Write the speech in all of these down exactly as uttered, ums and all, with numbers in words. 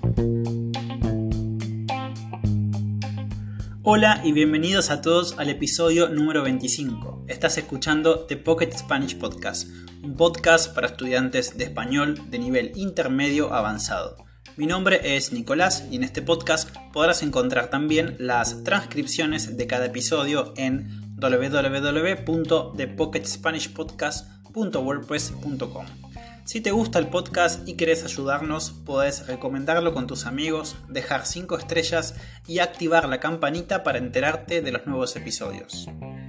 Hola y bienvenidos a todos al episodio número veinticinco. Estás escuchando The Pocket Spanish Podcast, un podcast para estudiantes de español de nivel intermedio avanzado. Mi nombre es Nicolás y en este podcast podrás encontrar también las transcripciones de cada episodio en w w w punto the pocket spanish podcast punto wordpress punto com. Si te gusta el podcast y querés ayudarnos, podés recomendarlo con tus amigos, dejar cinco estrellas y activar la campanita para enterarte de los nuevos episodios.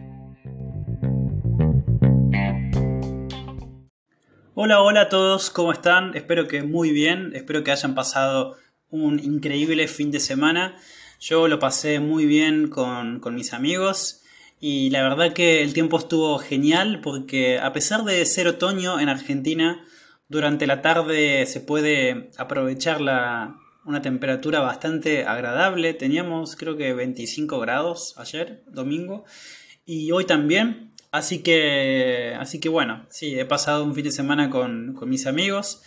Hola, hola a todos, ¿cómo están? Espero que muy bien, espero que hayan pasado un increíble fin de semana. Yo lo pasé muy bien con, con mis amigos y la verdad que el tiempo estuvo genial porque a pesar de ser otoño en Argentina, durante la tarde se puede aprovechar la, una temperatura bastante agradable. Teníamos creo que veinticinco grados ayer, domingo, y hoy también. Así que, así que bueno, sí, he pasado un fin de semana con, con mis amigos.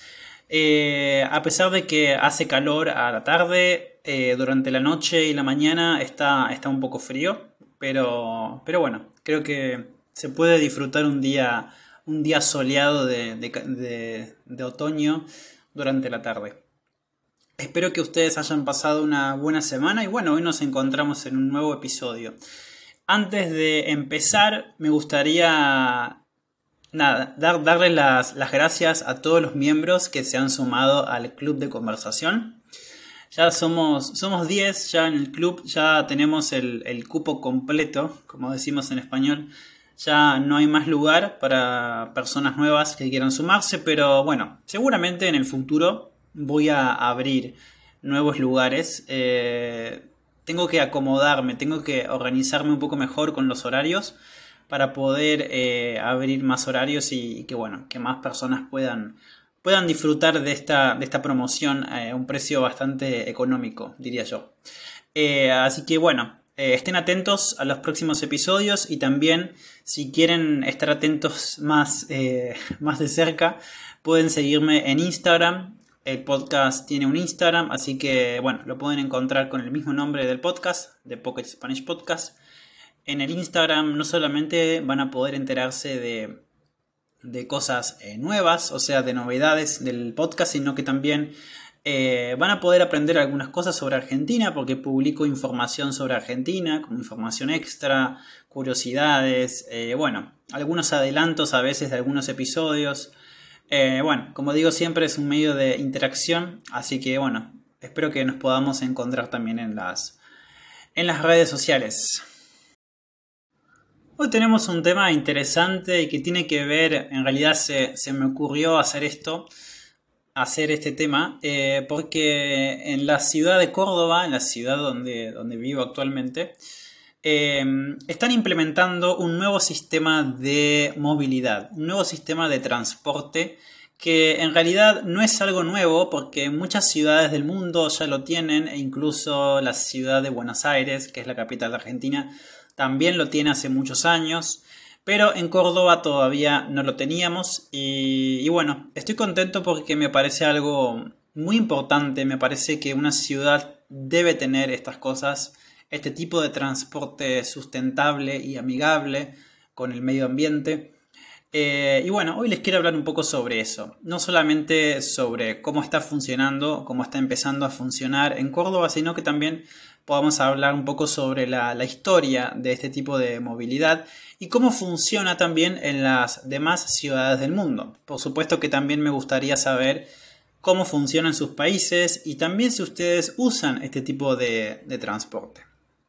Eh, a pesar de que hace calor a la tarde, eh, durante la noche y la mañana está, está un poco frío. Pero, pero bueno, creo que se puede disfrutar un día... un día soleado de, de, de, de otoño durante la tarde. Espero que ustedes hayan pasado una buena semana y bueno, hoy nos encontramos en un nuevo episodio. Antes de empezar, me gustaría nada, dar, darles las, las gracias a todos los miembros que se han sumado al club de conversación. Ya somos, somos diez ya en el club, ya tenemos el, el cupo completo, como decimos en español. Ya no hay más lugar para personas nuevas que quieran sumarse, pero bueno, seguramente en el futuro voy a abrir nuevos lugares. Eh, tengo que acomodarme, tengo que organizarme un poco mejor con los horarios para poder eh, abrir más horarios y, y que bueno, que más personas puedan, puedan disfrutar de esta, de esta promoción a un precio bastante económico, diría yo. Eh, así que bueno. Eh, estén atentos a los próximos episodios y también si quieren estar atentos más, eh, más de cerca pueden seguirme en Instagram. El podcast tiene un Instagram, así que bueno, lo pueden encontrar con el mismo nombre del podcast, The Pocket Spanish Podcast. En el Instagram no solamente van a poder enterarse de, de cosas eh, nuevas, o sea, de novedades del podcast, sino que también Eh, van a poder aprender algunas cosas sobre Argentina porque publico información sobre Argentina, como información extra, curiosidades, eh, bueno, algunos adelantos a veces de algunos episodios. Eh, bueno, como digo siempre es un medio de interacción, así que bueno, espero que nos podamos encontrar también en las, en las redes sociales. Hoy tenemos un tema interesante y que tiene que ver, en realidad se, se me ocurrió hacer esto, hacer este tema eh, porque en la ciudad de Córdoba, en la ciudad donde, donde vivo actualmente, eh, están implementando un nuevo sistema de movilidad, un nuevo sistema de transporte que en realidad no es algo nuevo porque muchas ciudades del mundo ya lo tienen e incluso la ciudad de Buenos Aires, que es la capital de Argentina, también lo tiene hace muchos años. Pero en Córdoba todavía no lo teníamos y, y bueno, estoy contento porque me parece algo muy importante, me parece que una ciudad debe tener estas cosas, este tipo de transporte sustentable y amigable con el medio ambiente. Eh, y bueno, hoy les quiero hablar un poco sobre eso, no solamente sobre cómo está funcionando, cómo está empezando a funcionar en Córdoba, sino que también podamos hablar un poco sobre la, la historia de este tipo de movilidad y cómo funciona también en las demás ciudades del mundo. Por supuesto que también me gustaría saber cómo funciona en sus países y también si ustedes usan este tipo de, de transporte.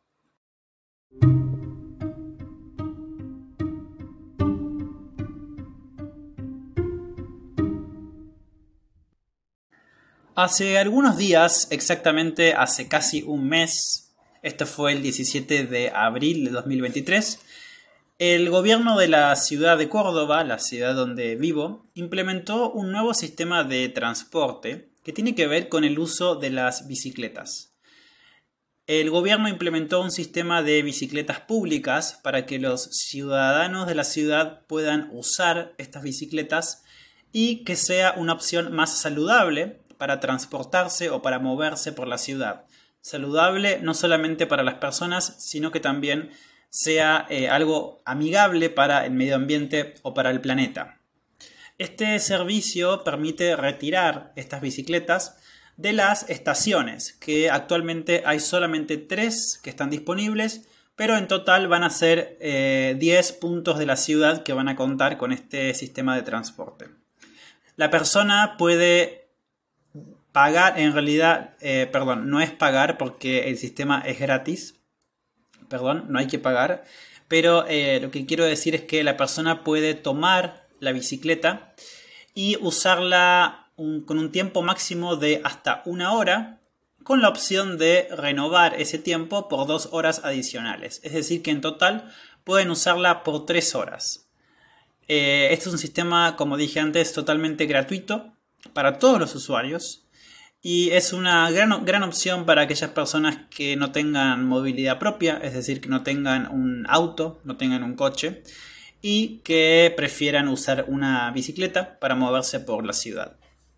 Hace algunos días, exactamente hace casi un mes, esto fue el diecisiete de abril de dos mil veintitrés, el gobierno de la ciudad de Córdoba, la ciudad donde vivo, implementó un nuevo sistema de transporte que tiene que ver con el uso de las bicicletas. El gobierno implementó un sistema de bicicletas públicas para que los ciudadanos de la ciudad puedan usar estas bicicletas y que sea una opción más saludable para transportarse o para moverse por la ciudad. Saludable no solamente para las personas, sino que también sea eh, algo amigable para el medio ambiente o para el planeta. Este servicio permite retirar estas bicicletas de las estaciones, que actualmente hay solamente tres que están disponibles, pero en total van a ser eh, diez puntos de la ciudad que van a contar con este sistema de transporte. La persona puede pagar, en realidad, eh, perdón, no es pagar porque el sistema es gratis, perdón, no hay que pagar, pero eh, lo que quiero decir es que la persona puede tomar la bicicleta y usarla un, con un tiempo máximo de hasta una hora, con la opción de renovar ese tiempo por dos horas adicionales. Es decir, que en total pueden usarla por tres horas. Eh, este es un sistema, como dije antes, totalmente gratuito para todos los usuarios. Y es una gran, gran opción para aquellas personas que no tengan movilidad propia, es decir, que no tengan un auto, no tengan un coche, y que prefieran usar una bicicleta para moverse por la ciudad.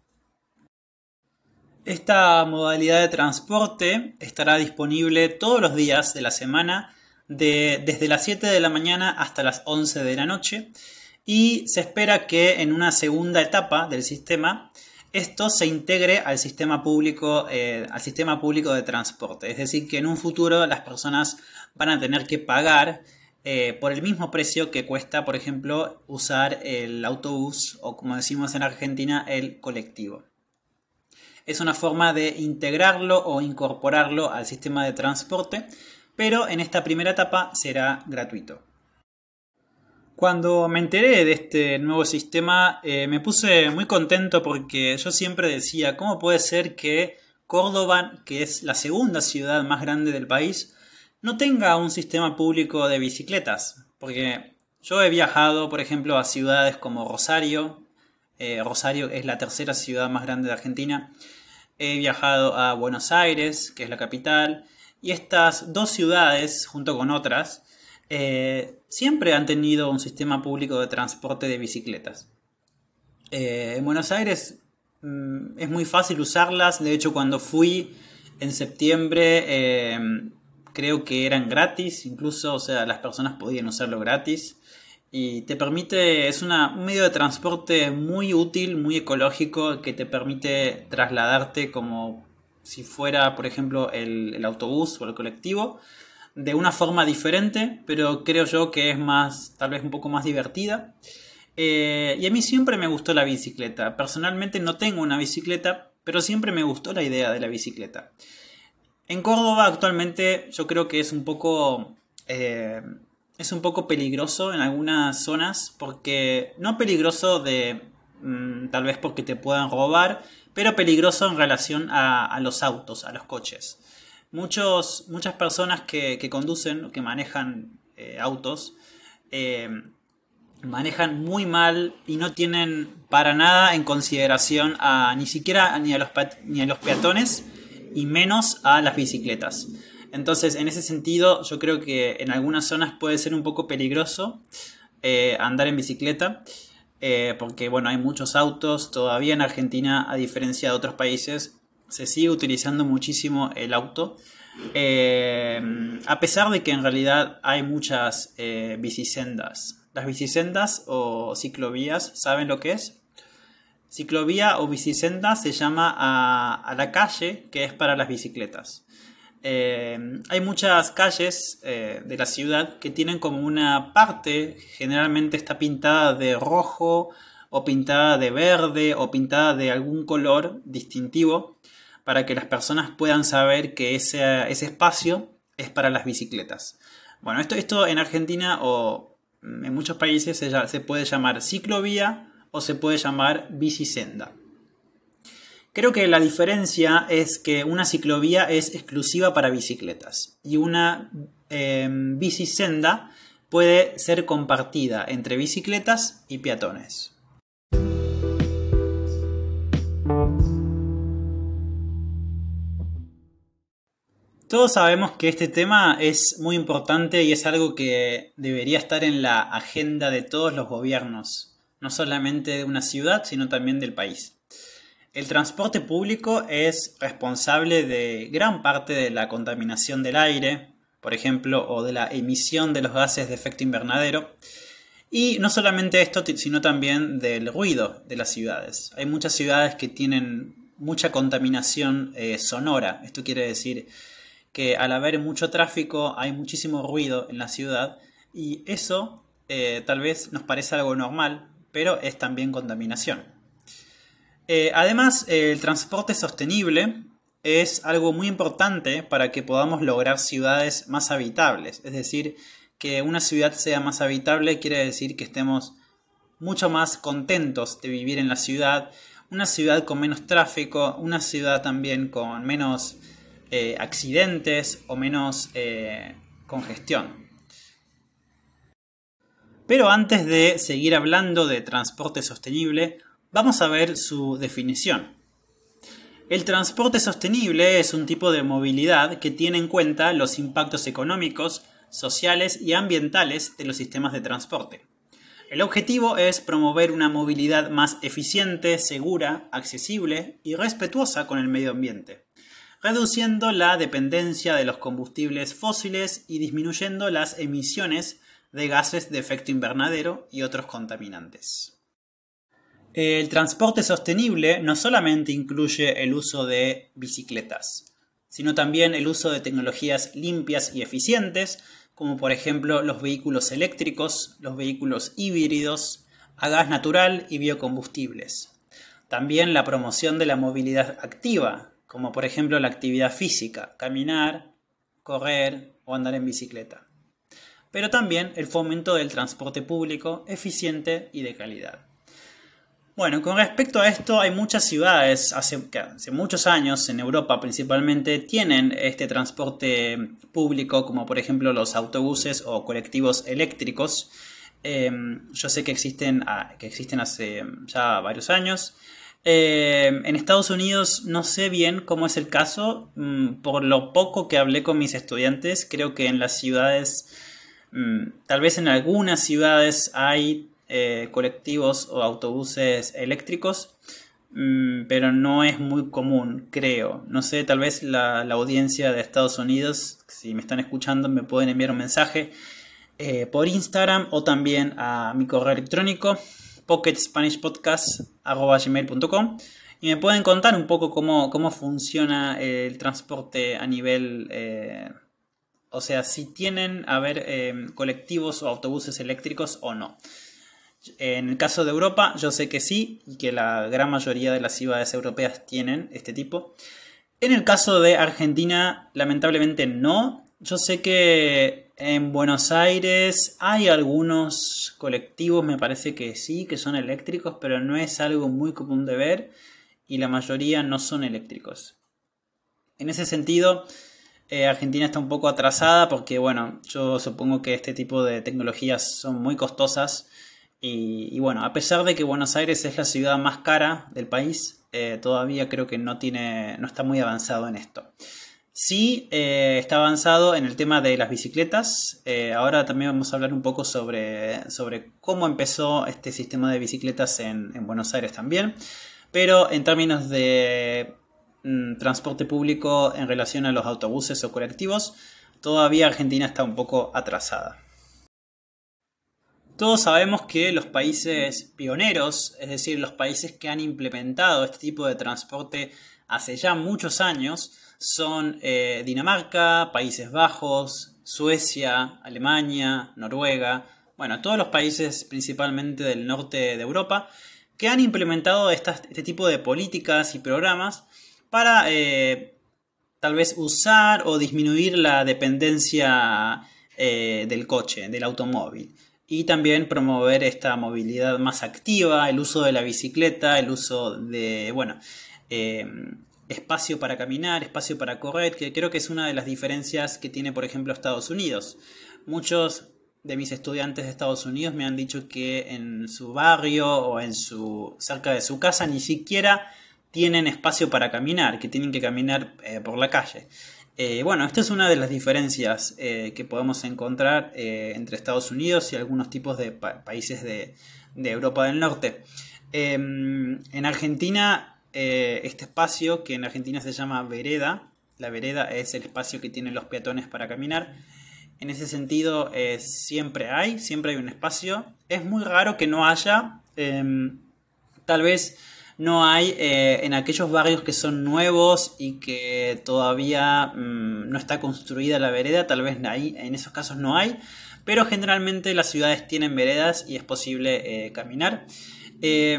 Esta modalidad de transporte estará disponible todos los días de la semana, de, desde las siete de la mañana hasta las once de la noche, y se espera que en una segunda etapa del sistema esto se integre al sistema público, eh, al sistema público de transporte. Es decir, que en un futuro las personas van a tener que pagar eh, por el mismo precio que cuesta, por ejemplo, usar el autobús o, como decimos en Argentina, el colectivo. Es una forma de integrarlo o incorporarlo al sistema de transporte, pero en esta primera etapa será gratuito. Cuando me enteré de este nuevo sistema eh, me puse muy contento porque yo siempre decía, ¿cómo puede ser que Córdoba, que es la segunda ciudad más grande del país, no tenga un sistema público de bicicletas? Porque yo he viajado, por ejemplo, a ciudades como Rosario. Eh, Rosario es la tercera ciudad más grande de Argentina. He viajado a Buenos Aires, que es la capital, y estas dos ciudades, junto con otras, eh, siempre han tenido un sistema público de transporte de bicicletas. Eh, en Buenos Aires mmm, es muy fácil usarlas. De hecho, cuando fui en septiembre, eh, creo que eran gratis, incluso, o sea, las personas podían usarlo gratis. Y te permite, es una, un medio de transporte muy útil, muy ecológico, que te permite trasladarte como si fuera, por ejemplo, el, el autobús o el colectivo, de una forma diferente, pero creo yo que es más, tal vez un poco más divertida. Eh, y a mí siempre me gustó la bicicleta. Personalmente no tengo una bicicleta, pero siempre me gustó la idea de la bicicleta. En Córdoba actualmente yo creo que es un poco... Eh, Es un poco peligroso en algunas zonas, porque no peligroso de mmm, tal vez porque te puedan robar, pero peligroso en relación a, a los autos, a los coches. Muchos, muchas personas que, que conducen, que manejan eh, autos, eh, manejan muy mal y no tienen para nada en consideración a, ni siquiera ni a los, ni a los peatones y menos a las bicicletas. Entonces, en ese sentido, yo creo que en algunas zonas puede ser un poco peligroso eh, andar en bicicleta, eh, porque bueno, hay muchos autos. Todavía en Argentina, a diferencia de otros países, se sigue utilizando muchísimo el auto, eh, a pesar de que en realidad hay muchas eh, bicisendas. Las bicisendas o ciclovías, ¿saben lo que es? Ciclovía o bicisenda se llama a, a la calle que es para las bicicletas. Eh, hay muchas calles eh, de la ciudad que tienen como una parte, generalmente está pintada de rojo o pintada de verde o pintada de algún color distintivo, para que las personas puedan saber que ese, ese espacio es para las bicicletas. Bueno, esto, esto en Argentina o en muchos países se, se puede llamar ciclovía o se puede llamar bicisenda. Creo que la diferencia es que una ciclovía es exclusiva para bicicletas y una eh, bicisenda puede ser compartida entre bicicletas y peatones. Todos sabemos que este tema es muy importante y es algo que debería estar en la agenda de todos los gobiernos, no solamente de una ciudad, sino también del país. El transporte público es responsable de gran parte de la contaminación del aire, por ejemplo, o de la emisión de los gases de efecto invernadero. Y no solamente esto, sino también del ruido de las ciudades. Hay muchas ciudades que tienen mucha contaminación eh, sonora. Esto quiere decir que al haber mucho tráfico hay muchísimo ruido en la ciudad y eso eh, tal vez nos parece algo normal, pero es también contaminación. Eh, además, eh, el transporte sostenible es algo muy importante para que podamos lograr ciudades más habitables. Es decir, que una ciudad sea más habitable quiere decir que estemos mucho más contentos de vivir en la ciudad, una ciudad con menos tráfico, una ciudad también con menos eh, accidentes o menos eh, congestión. Pero antes de seguir hablando de transporte sostenible, vamos a ver su definición. El transporte sostenible es un tipo de movilidad que tiene en cuenta los impactos económicos, sociales y ambientales de los sistemas de transporte. El objetivo es promover una movilidad más eficiente, segura, accesible y respetuosa con el medio ambiente, reduciendo la dependencia de los combustibles fósiles y disminuyendo las emisiones de gases de efecto invernadero y otros contaminantes. El transporte sostenible no solamente incluye el uso de bicicletas, sino también el uso de tecnologías limpias y eficientes, como por ejemplo los vehículos eléctricos, los vehículos híbridos, a gas natural y biocombustibles. También la promoción de la movilidad activa, como por ejemplo la actividad física, caminar, correr o andar en bicicleta. Pero también el fomento del transporte público eficiente y de calidad. Bueno, con respecto a esto, hay muchas ciudades, hace, hace muchos años, en Europa principalmente, tienen este transporte público, como por ejemplo los autobuses o colectivos eléctricos. Eh, yo sé que existen, que existen hace ya varios años. Eh, en Estados Unidos no sé bien cómo es el caso. Por lo poco que hablé con mis estudiantes, creo que en las ciudades, tal vez en algunas ciudades hay Eh, colectivos o autobuses eléctricos, mmm, pero no es muy común, creo. No sé, tal vez la, la audiencia de Estados Unidos, si me están escuchando, me pueden enviar un mensaje eh, por Instagram o también a mi correo electrónico pocket spanish podcast arroba gmail punto com y me pueden contar un poco cómo, cómo funciona el transporte a nivel... Eh, o sea, si tienen a ver eh, colectivos o autobuses eléctricos o no. En el caso de Europa, yo sé que sí, y que la gran mayoría de las ciudades europeas tienen este tipo. En el caso de Argentina, lamentablemente no. Yo sé que en Buenos Aires hay algunos colectivos, me parece que sí, que son eléctricos, pero no es algo muy común de ver, y la mayoría no son eléctricos. En ese sentido, eh, Argentina está un poco atrasada porque, bueno, yo supongo que este tipo de tecnologías son muy costosas. Y, y bueno, a pesar de que Buenos Aires es la ciudad más cara del país, eh, todavía creo que no tiene, no está muy avanzado en esto. Sí, eh, está avanzado en el tema de las bicicletas. Eh, ahora también vamos a hablar un poco sobre, sobre cómo empezó este sistema de bicicletas en, en Buenos Aires también. Pero en términos de mm, transporte público en relación a los autobuses o colectivos, todavía Argentina está un poco atrasada. Todos sabemos que los países pioneros, es decir, los países que han implementado este tipo de transporte hace ya muchos años, son eh, Dinamarca, Países Bajos, Suecia, Alemania, Noruega, bueno, todos los países principalmente del norte de Europa, que han implementado estas, este tipo de políticas y programas para eh, tal vez usar o disminuir la dependencia eh, del coche, del automóvil. Y también promover esta movilidad más activa, el uso de la bicicleta, el uso de, bueno, eh, espacio para caminar, espacio para correr, que creo que es una de las diferencias que tiene, por ejemplo, Estados Unidos. Muchos de mis estudiantes de Estados Unidos me han dicho que en su barrio o en su, cerca de su casa ni siquiera tienen espacio para caminar, que tienen que caminar eh, por la calle. Eh, bueno, esta es una de las diferencias eh, que podemos encontrar eh, entre Estados Unidos y algunos tipos de pa- países de, de Europa del Norte. Eh, en Argentina eh, este espacio que en Argentina se llama vereda. La vereda es el espacio que tienen los peatones para caminar. En ese sentido, eh, siempre hay, siempre hay un espacio. Es muy raro que no haya. Eh, tal vez no hay eh, en aquellos barrios que son nuevos y que todavía mmm, no está construida la vereda. Tal vez ahí, en esos casos no hay. Pero generalmente las ciudades tienen veredas y es posible eh, caminar. Eh,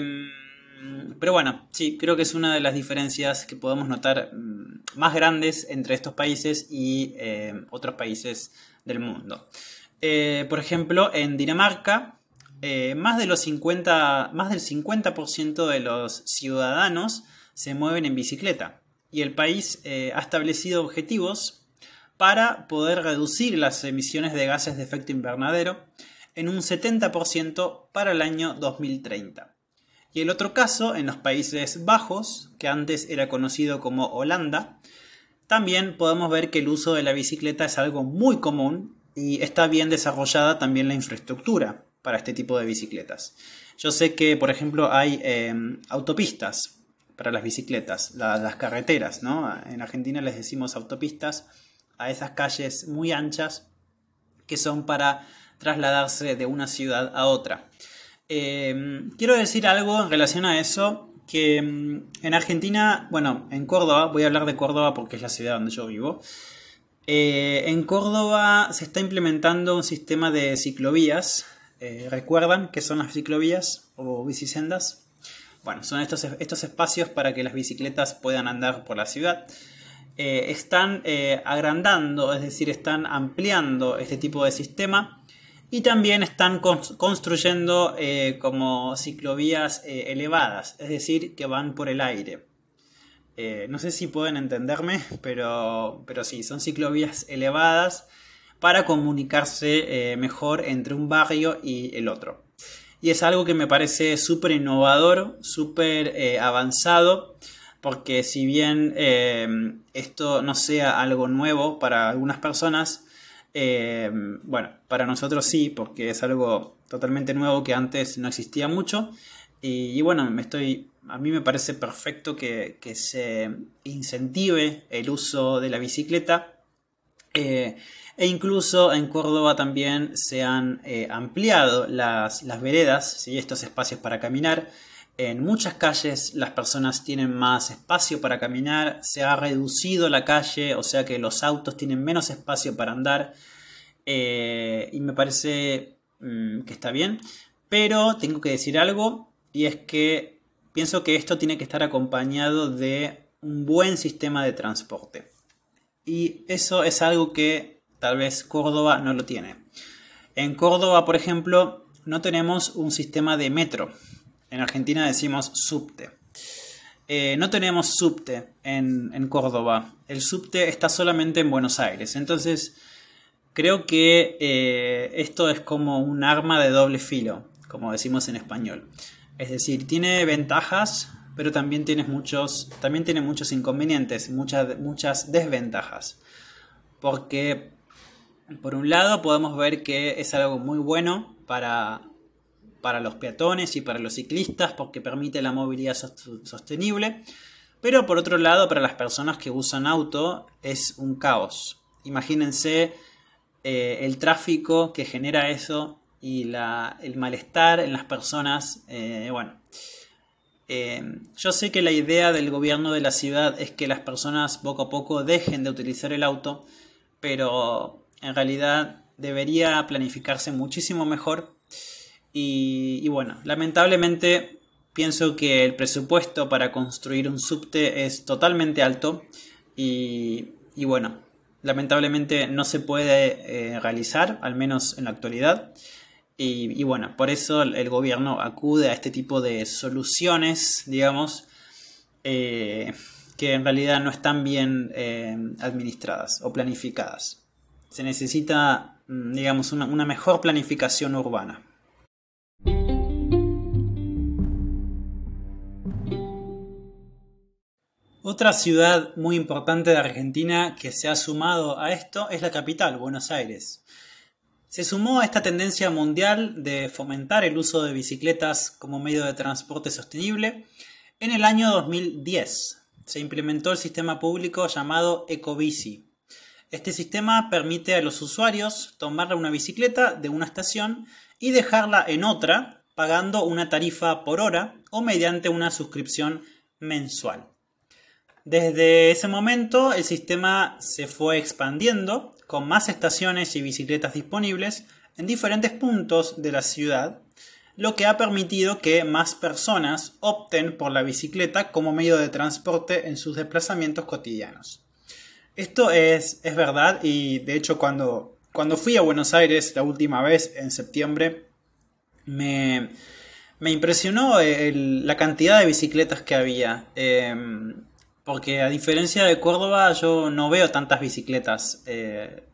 pero bueno, sí, creo que es una de las diferencias que podemos notar mmm, más grandes entre estos países y eh, otros países del mundo. Eh, por ejemplo, en Dinamarca, eh, más, de los cincuenta, más del cincuenta por ciento de los ciudadanos se mueven en bicicleta. Y el país eh, ha establecido objetivos para poder reducir las emisiones de gases de efecto invernadero en un setenta por ciento para el año dos mil treinta. Y el otro caso, en los Países Bajos, que antes era conocido como Holanda, también podemos ver que el uso de la bicicleta es algo muy común y está bien desarrollada también la infraestructura para este tipo de bicicletas. Yo sé que, por ejemplo, hay eh, autopistas para las bicicletas, la, las carreteras, ¿no? En Argentina les decimos autopistas a esas calles muy anchas que son para trasladarse de una ciudad a otra. Eh, quiero decir algo en relación a eso, que en Argentina, bueno, en Córdoba, voy a hablar de Córdoba porque es la ciudad donde yo vivo. Eh, en Córdoba se está implementando un sistema de ciclovías. Eh, ¿Recuerdan qué son las ciclovías o bicisendas? Bueno, son estos, estos espacios para que las bicicletas puedan andar por la ciudad. Eh, están eh, agrandando, es decir, están ampliando este tipo de sistema. Y también están construyendo eh, como ciclovías eh, elevadas, es decir, que van por el aire. Eh, no sé si pueden entenderme, pero, pero sí, son ciclovías elevadas para comunicarse eh, mejor entre un barrio y el otro. Y es algo que me parece súper innovador, súper eh, avanzado, porque si bien eh, esto no sea algo nuevo para algunas personas, Eh, bueno, para nosotros sí, porque es algo totalmente nuevo que antes no existía mucho. Y, y bueno, me estoy, a mí me parece perfecto que, que se incentive el uso de la bicicleta. Eh, e incluso en Córdoba también se han eh, ampliado las, las veredas, ¿sí? Estos espacios para caminar. En muchas calles las personas tienen más espacio para caminar, se ha reducido la calle, o sea que los autos tienen menos espacio para andar eh, y me parece mmm, que está bien, pero tengo que decir algo y es que pienso que esto tiene que estar acompañado de un buen sistema de transporte y eso es algo que tal vez Córdoba no lo tiene. En Córdoba, por ejemplo, no tenemos un sistema de metro. En Argentina decimos subte. Eh, no tenemos subte en, en Córdoba. El subte está solamente en Buenos Aires. Entonces, creo que eh, esto es como un arma de doble filo, como decimos en español. Es decir, tiene ventajas, pero también tiene muchos, también tiene muchos inconvenientes, muchas, muchas desventajas. Porque, por un lado, podemos ver que es algo muy bueno para... para los peatones y para los ciclistas porque permite la movilidad sostenible, pero por otro lado para las personas que usan auto es un caos. Imagínense eh, el tráfico que genera eso y la, el malestar en las personas. Eh, bueno, eh, yo sé que la idea del gobierno de la ciudad es que las personas poco a poco dejen de utilizar el auto, pero en realidad debería planificarse muchísimo mejor. Y, y bueno, lamentablemente pienso que el presupuesto para construir un subte es totalmente alto y, y bueno, lamentablemente no se puede eh, realizar, al menos en la actualidad. Y, y bueno, por eso el, el gobierno acude a este tipo de soluciones, digamos, eh, que en realidad no están bien eh, administradas o planificadas. Se necesita, digamos, una, una mejor planificación urbana. Otra ciudad muy importante de Argentina que se ha sumado a esto es la capital, Buenos Aires. Se sumó a esta tendencia mundial de fomentar el uso de bicicletas como medio de transporte sostenible En el año dos mil diez se implementó el sistema público llamado Ecobici. Este sistema permite a los usuarios tomar una bicicleta de una estación y dejarla en otra, pagando una tarifa por hora o mediante una suscripción mensual. Desde ese momento el sistema se fue expandiendo con más estaciones y bicicletas disponibles en diferentes puntos de la ciudad, lo que ha permitido que más personas opten por la bicicleta como medio de transporte en sus desplazamientos cotidianos. Esto es, es verdad, y de hecho cuando, cuando fui a Buenos Aires la última vez en septiembre me, me impresionó el, la cantidad de bicicletas que había. Eh, porque a diferencia de Córdoba yo no veo tantas bicicletas. Eh,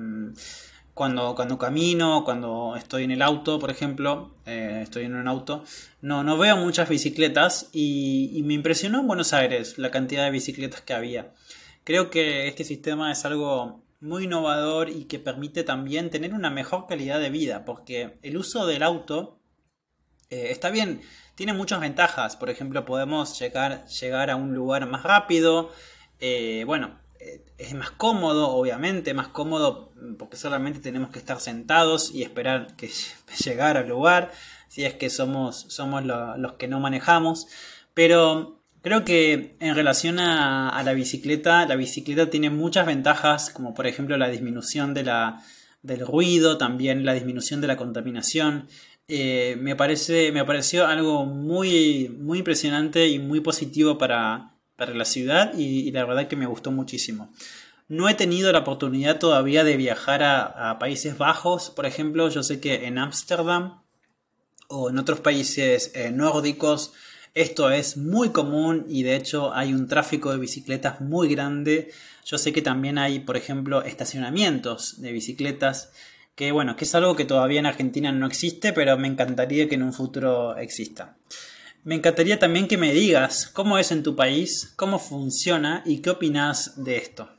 Cuando, cuando camino, cuando estoy en el auto, por ejemplo, eh, estoy en un auto, no, no veo muchas bicicletas y, y me impresionó en Buenos Aires la cantidad de bicicletas que había. Creo que este sistema es algo muy innovador y que permite también tener una mejor calidad de vida, porque el uso del auto eh, está bien, tiene muchas ventajas. Por ejemplo, podemos llegar, llegar a un lugar más rápido, eh, bueno... es más cómodo, obviamente, más cómodo porque solamente tenemos que estar sentados y esperar que llegar al lugar, si es que somos, somos lo, los que no manejamos. Pero creo que en relación a, a la bicicleta, la bicicleta tiene muchas ventajas, como por ejemplo la disminución de la, del ruido, también la disminución de la contaminación. Eh, me parece, me pareció algo muy, muy impresionante y muy positivo para para la ciudad y, y la verdad que me gustó muchísimo. No he tenido la oportunidad todavía de viajar a, a Países Bajos, por ejemplo. Yo sé que en Ámsterdam o en otros países eh, nórdicos esto es muy común y de hecho hay un tráfico de bicicletas muy grande. Yo sé que también hay, por ejemplo, estacionamientos de bicicletas, que bueno, que es algo que todavía en Argentina no existe, pero me encantaría que en un futuro exista. Me encantaría también que me digas cómo es en tu país, cómo funciona y qué opinas de esto.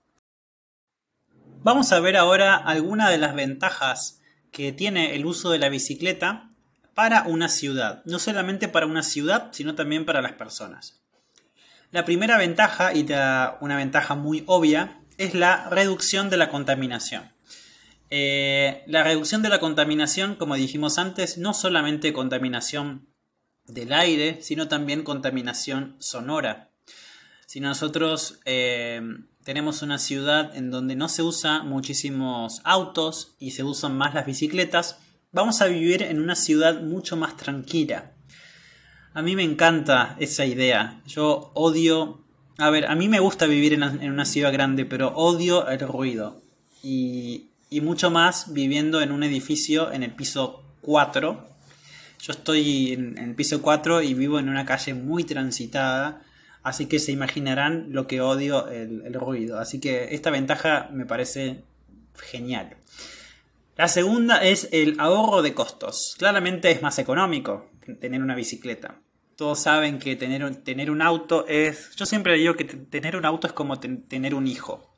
Vamos a ver ahora algunas de las ventajas que tiene el uso de la bicicleta para una ciudad. No solamente para una ciudad, sino también para las personas. La primera ventaja, y una ventaja muy obvia, es la reducción de la contaminación. Eh, la reducción de la contaminación, como dijimos antes, no solamente contaminación del aire, sino también contaminación sonora. Si nosotros eh, tenemos una ciudad en donde no se usan muchísimos autos y se usan más las bicicletas, vamos a vivir en una ciudad mucho más tranquila. A mí me encanta esa idea. Yo odio... A ver, a mí me gusta vivir en una, en una ciudad grande, pero odio el ruido. Y, y mucho más viviendo en un edificio en el piso cuatro. Yo estoy en, en el piso cuatro y vivo en una calle muy transitada, así que se imaginarán lo que odio el, el ruido. Así que esta ventaja me parece genial. La segunda es el ahorro de costos. Claramente es más económico tener una bicicleta. Todos saben que tener, tener un auto es... Yo siempre digo que tener un auto es como ten, tener un hijo.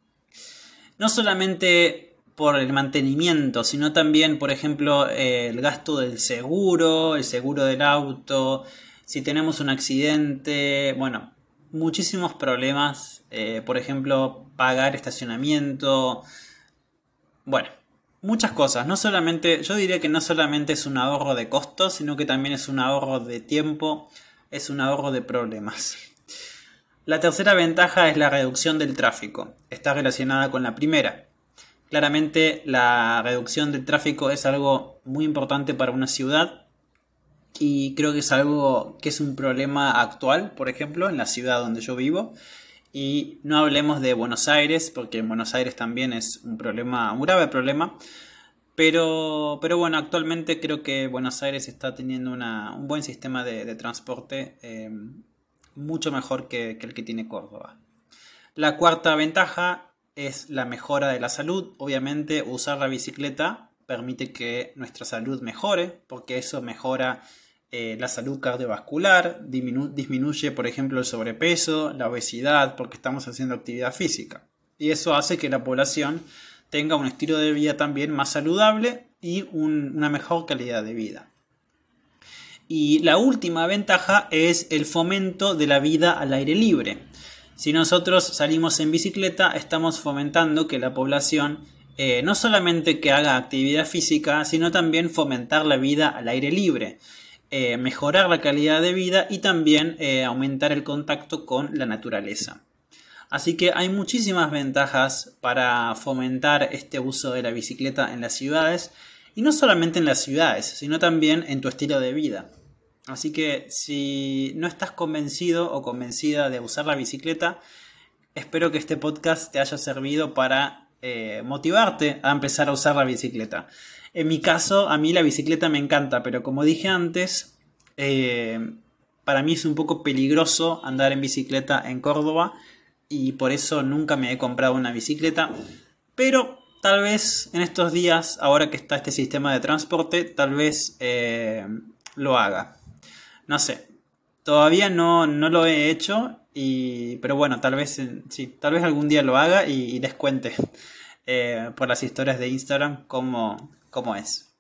No solamente por el mantenimiento, sino también, por ejemplo, eh, el gasto del seguro, el seguro del auto, si tenemos un accidente, bueno, muchísimos problemas, eh, por ejemplo, pagar estacionamiento, bueno, muchas cosas. No solamente, yo diría que no solamente es un ahorro de costos, sino que también es un ahorro de tiempo, es un ahorro de problemas. La tercera ventaja es la reducción del tráfico. Está relacionada con la primera. Claramente la reducción del tráfico es algo muy importante para una ciudad y creo que es algo que es un problema actual, por ejemplo, en la ciudad donde yo vivo. Y no hablemos de Buenos Aires, porque en Buenos Aires también es un problema, un grave problema. Pero, pero bueno, actualmente creo que Buenos Aires está teniendo una, un buen sistema de, de transporte, eh, mucho mejor que, que el que tiene Córdoba. La cuarta ventaja es la mejora de la salud. Obviamente usar la bicicleta permite que nuestra salud mejore, porque eso mejora eh, la salud cardiovascular, diminu- disminuye por ejemplo el sobrepeso, la obesidad, porque estamos haciendo actividad física. Y eso hace que la población tenga un estilo de vida también más saludable y un, una mejor calidad de vida. Y la última ventaja es el fomento de la vida al aire libre. Si nosotros salimos en bicicleta, estamos fomentando que la población eh, no solamente que haga actividad física, sino también fomentar la vida al aire libre, eh, mejorar la calidad de vida y también eh, aumentar el contacto con la naturaleza. Así que hay muchísimas ventajas para fomentar este uso de la bicicleta en las ciudades, y no solamente en las ciudades, sino también en tu estilo de vida. Así que si no estás convencido o convencida de usar la bicicleta, espero que este podcast te haya servido para eh, motivarte a empezar a usar la bicicleta. En mi caso, a mí la bicicleta me encanta, pero como dije antes, eh, para mí es un poco peligroso andar en bicicleta en Córdoba y por eso nunca me he comprado una bicicleta. Pero tal vez en estos días, ahora que está este sistema de transporte, tal vez eh, lo haga. No sé, todavía no, no lo he hecho, y, pero bueno, tal vez sí, tal vez algún día lo haga y, y les cuente eh, por las historias de Instagram cómo, cómo es.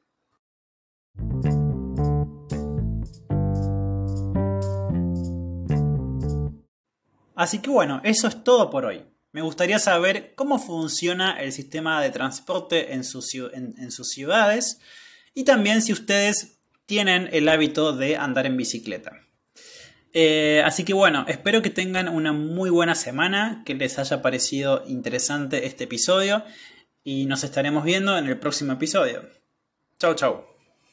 Así que bueno, eso es todo por hoy. Me gustaría saber cómo funciona el sistema de transporte en sus, en, en sus ciudades, y también si ustedes tienen el hábito de andar en bicicleta. Eh, así que bueno, espero que tengan una muy buena semana, que les haya parecido interesante este episodio y nos estaremos viendo en el próximo episodio. Chau, chau.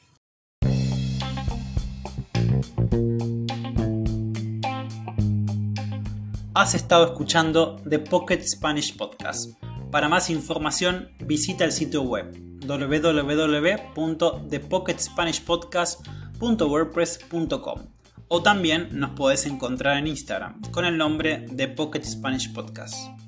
Has estado escuchando The Pocket Spanish Podcast. Para más información, visita el sitio web doble u doble u doble u punto the pocket spanish podcast punto wordpress punto com, o también nos podés encontrar en Instagram con el nombre de Pocket Spanish Podcast.